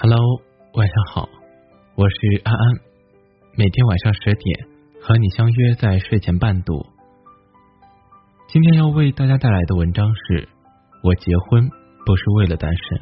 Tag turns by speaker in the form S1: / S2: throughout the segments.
S1: Hello， 晚上好，我是安安，每天晚上10点和你相约在睡前伴读。今天要为大家带来的文章是：我结婚不是为了单身。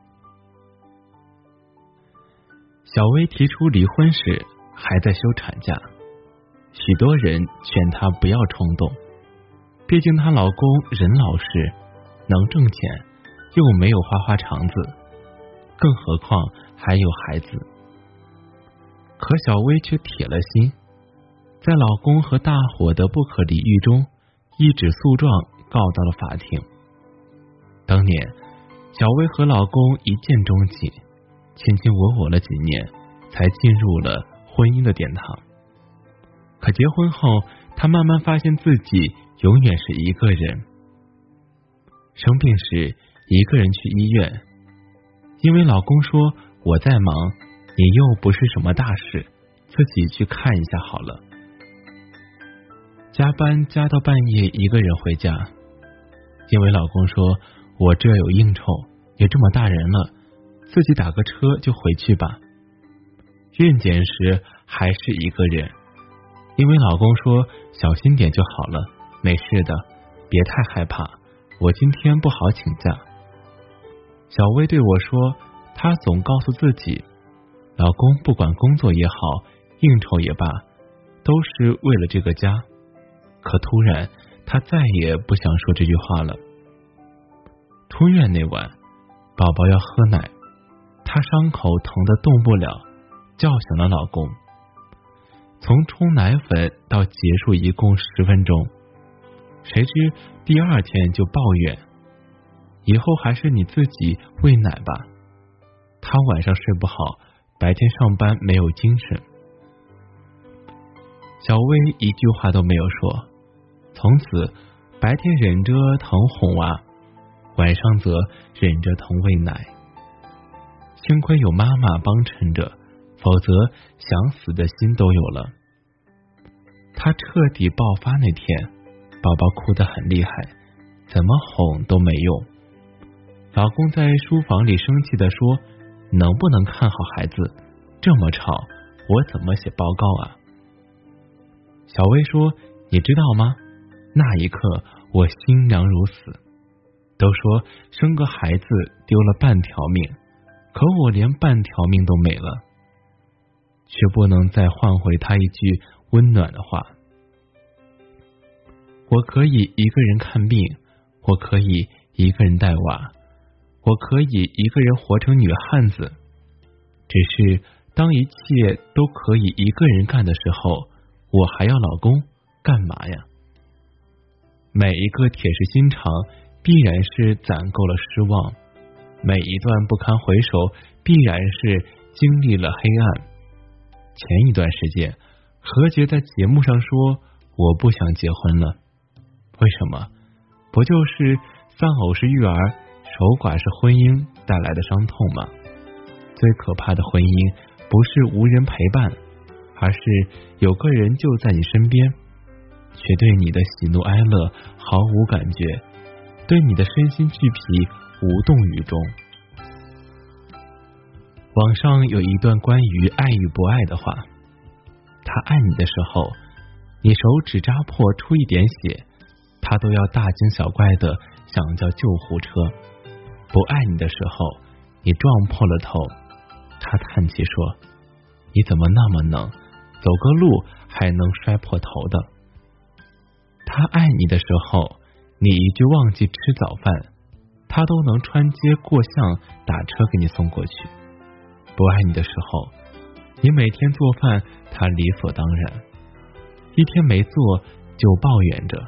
S1: 小薇提出离婚时还在休产假，许多人劝她不要冲动，毕竟她老公人老实，能挣钱，又没有花花肠子，更何况还有孩子。可小薇却铁了心，在老公和大伙的不可理喻中，一纸诉状告到了法庭。当年小薇和老公一见钟情，卿卿我我了几年，才进入了婚姻的殿堂。可结婚后，她慢慢发现自己永远是一个人。生病时一个人去医院，因为老公说我在忙，你又不是什么大事，自己去看一下好了。加班加到半夜一个人回家，因为老公说我这有应酬，也这么大人了，自己打个车就回去吧。孕检时还是一个人，因为老公说小心点就好了，没事的，别太害怕，我今天不好请假。小薇对我说，她总告诉自己，老公不管工作也好，应酬也罢，都是为了这个家。可突然她再也不想说这句话了。出院那晚，宝宝要喝奶，她伤口疼得动不了，叫醒了老公。从冲奶粉到结束一共10分钟，谁知第二天就抱怨，以后还是你自己喂奶吧。她晚上睡不好，白天上班没有精神。小薇一句话都没有说，从此白天忍着疼哄娃，晚上则忍着疼喂奶。幸亏有妈妈帮衬着，否则想死的心都有了。她彻底爆发那天，宝宝哭得很厉害，怎么哄都没用。老公在书房里生气地说，能不能看好孩子，这么吵，我怎么写报告啊？小薇说，你知道吗？那一刻我心凉如死。都说生个孩子丢了半条命，可我连半条命都没了，却不能再换回他一句温暖的话。我可以一个人看病，我可以一个人带娃，我可以一个人活成女汉子，只是当一切都可以一个人干的时候，我还要老公干嘛呀？每一个铁石心肠必然是攒够了失望，每一段不堪回首必然是经历了黑暗。前一段时间，何洁在节目上说我不想结婚了，为什么？不就是丧偶是育儿，守寡是婚姻带来的伤痛吗？最可怕的婚姻不是无人陪伴，而是有个人就在你身边，却对你的喜怒哀乐毫无感觉，对你的身心俱疲无动于衷。网上有一段关于爱与不爱的话，他爱你的时候，你手指扎破出一点血，他都要大惊小怪的想叫救护车。不爱你的时候，你撞破了头，他叹气说，你怎么那么能，走个路还能摔破头的。他爱你的时候，你一句忘记吃早饭，他都能穿街过巷打车给你送过去。不爱你的时候，你每天做饭他理所当然，一天没做就抱怨着，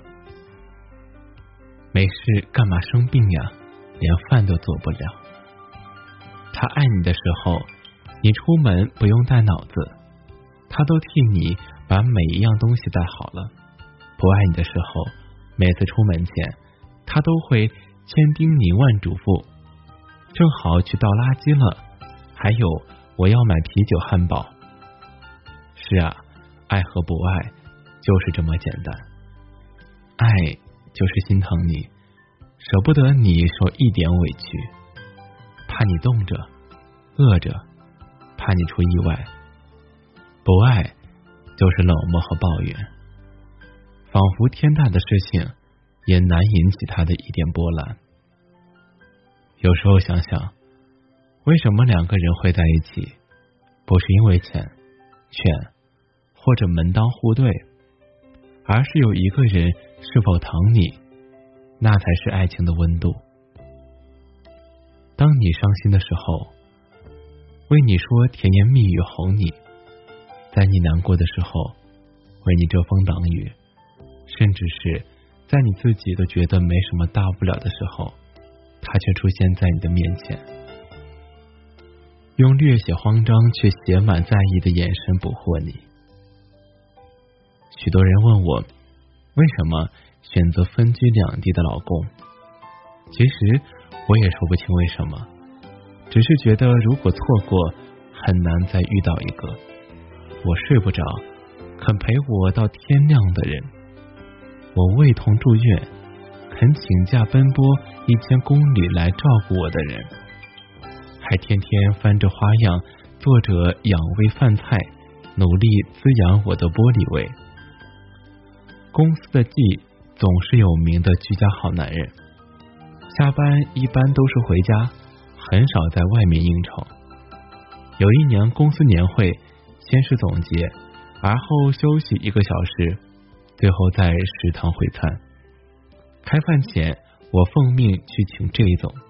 S1: 没事干嘛生病呀，连饭都做不了。他爱你的时候，你出门不用带脑子，他都替你把每一样东西带好了。不爱你的时候，每次出门前他都会千叮咛万嘱咐，正好去倒垃圾了，还有我要买啤酒汉堡。是啊，爱和不爱就是这么简单。爱就是心疼你，舍不得你受一点委屈，怕你冻着， 饿着，怕你出意外。不爱就是冷漠和抱怨，仿佛天大的事情也难引起他的一点波澜。有时候想想，为什么两个人会在一起，不是因为钱、权或者门当户对，而是有一个人是否疼你，那才是爱情的温度。当你伤心的时候，为你说甜言蜜语哄你，在你难过的时候为你遮风挡雨，甚至是在你自己都觉得没什么大不了的时候，他却出现在你的面前，用略显慌张却写满在意的眼神捕获你。许多人问我为什么选择分居两地的老公，其实我也说不清为什么，只是觉得如果错过，很难再遇到一个我睡不着肯陪我到天亮的人，我胃痛住院肯请假奔波1000公里来照顾我的人，还天天翻着花样做着养胃饭菜，努力滋养我的玻璃胃。公司的 G 总是有名的居家好男人，下班一般都是回家，很少在外面应酬。有一年公司年会，先是总结，而后休息1个小时，最后在食堂会餐。开饭前，我奉命去请这一总，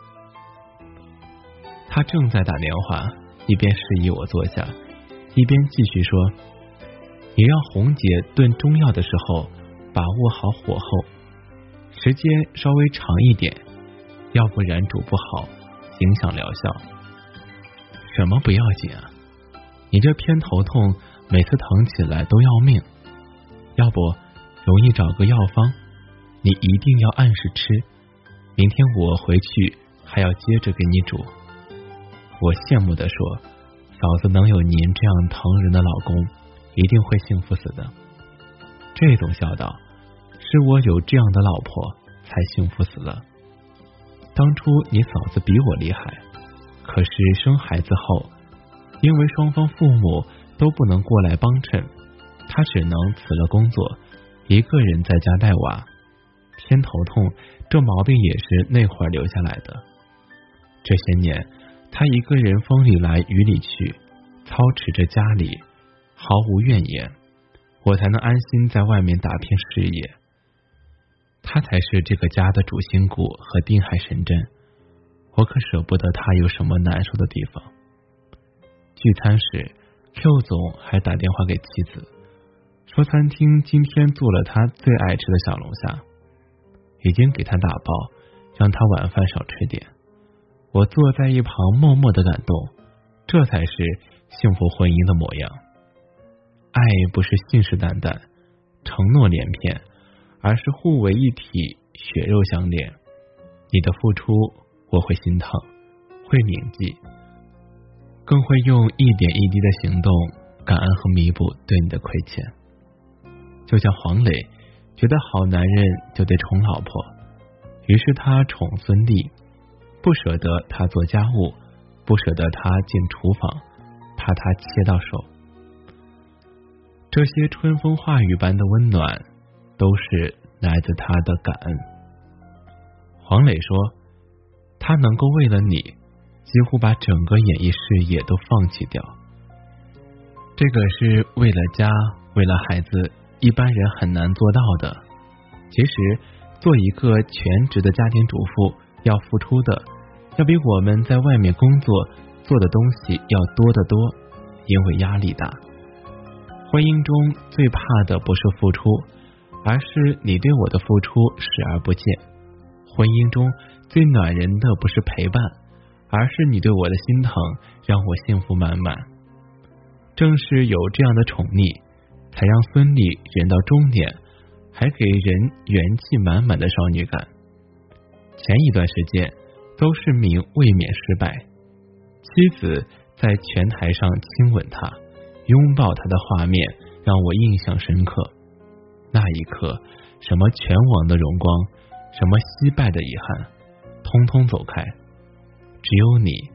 S1: 他正在打电话，一边示意我坐下，一边继续说：“你让红姐炖中药的时候把握好火候，时间稍微长一点，要不然煮不好影响疗效。”什么不要紧啊？你这偏头痛每次疼起来都要命，要不容易找个药方，你一定要按时吃，明天我回去还要接着给你煮。我羡慕地说，嫂子能有您这样疼人的老公，一定会幸福死的。这种笑道，是我有这样的老婆才幸福死了。当初你嫂子比我厉害，可是生孩子后，因为双方父母都不能过来帮衬，她只能辞了工作，一个人在家带娃。偏头痛这毛病也是那会儿留下来的。这些年，她一个人风里来雨里去，操持着家里，毫无怨言，我才能安心在外面打拼事业。她才是这个家的主心骨和定海神针，我可舍不得她有什么难受的地方。聚餐时 Q 总还打电话给妻子，说餐厅今天做了他最爱吃的小龙虾，已经给他打包，让他晚饭少吃点。我坐在一旁默默的感动，这才是幸福婚姻的模样。爱不是信誓旦旦，承诺连篇，而是互为一体，血肉相连。你的付出我会心疼，会铭记，更会用一点一滴的行动感恩和弥补对你的亏欠。就像黄磊觉得好男人就得宠老婆，于是他宠孙俪，不舍得他做家务，不舍得他进厨房，怕他切到手。这些春风化雨般的温暖，都是来自他的感恩。黄磊说，他能够为了你几乎把整个演艺事业都放弃掉，这个是为了家，为了孩子，一般人很难做到的。其实做一个全职的家庭主妇要付出的，要比我们在外面工作做的东西要多得多，因为压力大。婚姻中最怕的不是付出，而是你对我的付出视而不见。婚姻中最暖人的不是陪伴，而是你对我的心疼，让我幸福满满。正是有这样的宠溺，才让孙俪人到中年还给人元气满满的少女感。前一段时间邹市明卫冕失败，妻子在拳台上亲吻他，拥抱他的画面让我印象深刻。那一刻，什么全网的荣光，什么惜败的遗憾，通通走开，只有你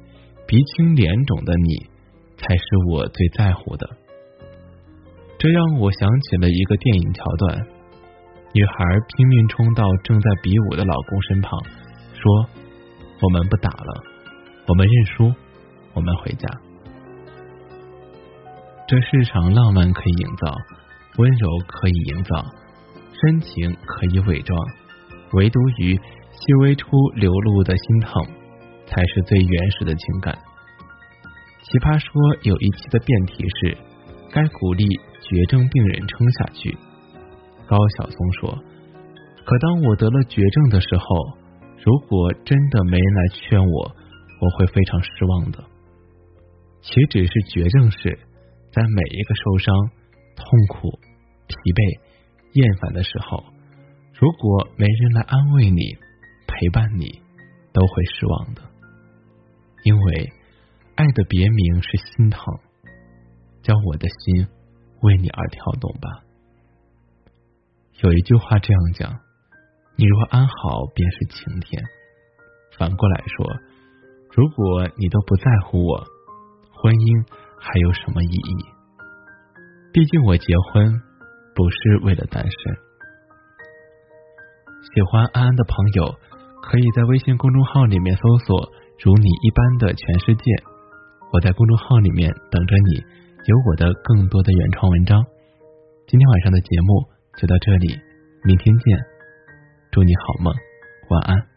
S1: 鼻青脸肿的你才是我最在乎的。这让我想起了一个电影桥段，女孩拼命冲到正在比武的老公身旁，说：我们不打了，我们认输，我们回家。这世上浪漫可以营造，温柔可以营造，深情可以伪装，唯独于细微处流露的心疼才是最原始的情感。奇葩说有一期的辩题是该鼓励绝症病人撑下去。高晓松说，可当我得了绝症的时候，如果真的没人来劝我，我会非常失望的。岂止是绝症时，在每一个受伤、痛苦、疲惫、厌烦的时候，如果没人来安慰你、陪伴你，都会失望的。因为爱的别名是心疼，叫我的心为你而跳动吧。有一句话这样讲，你若安好便是晴天。反过来说，如果你都不在乎我，婚姻还有什么意义？毕竟我结婚不是为了单身。喜欢安安的朋友可以在微信公众号里面搜索如你一般的全世界，我在公众号里面等着你，有我的更多的原创文章。今天晚上的节目就到这里，明天见，祝你好梦，晚安。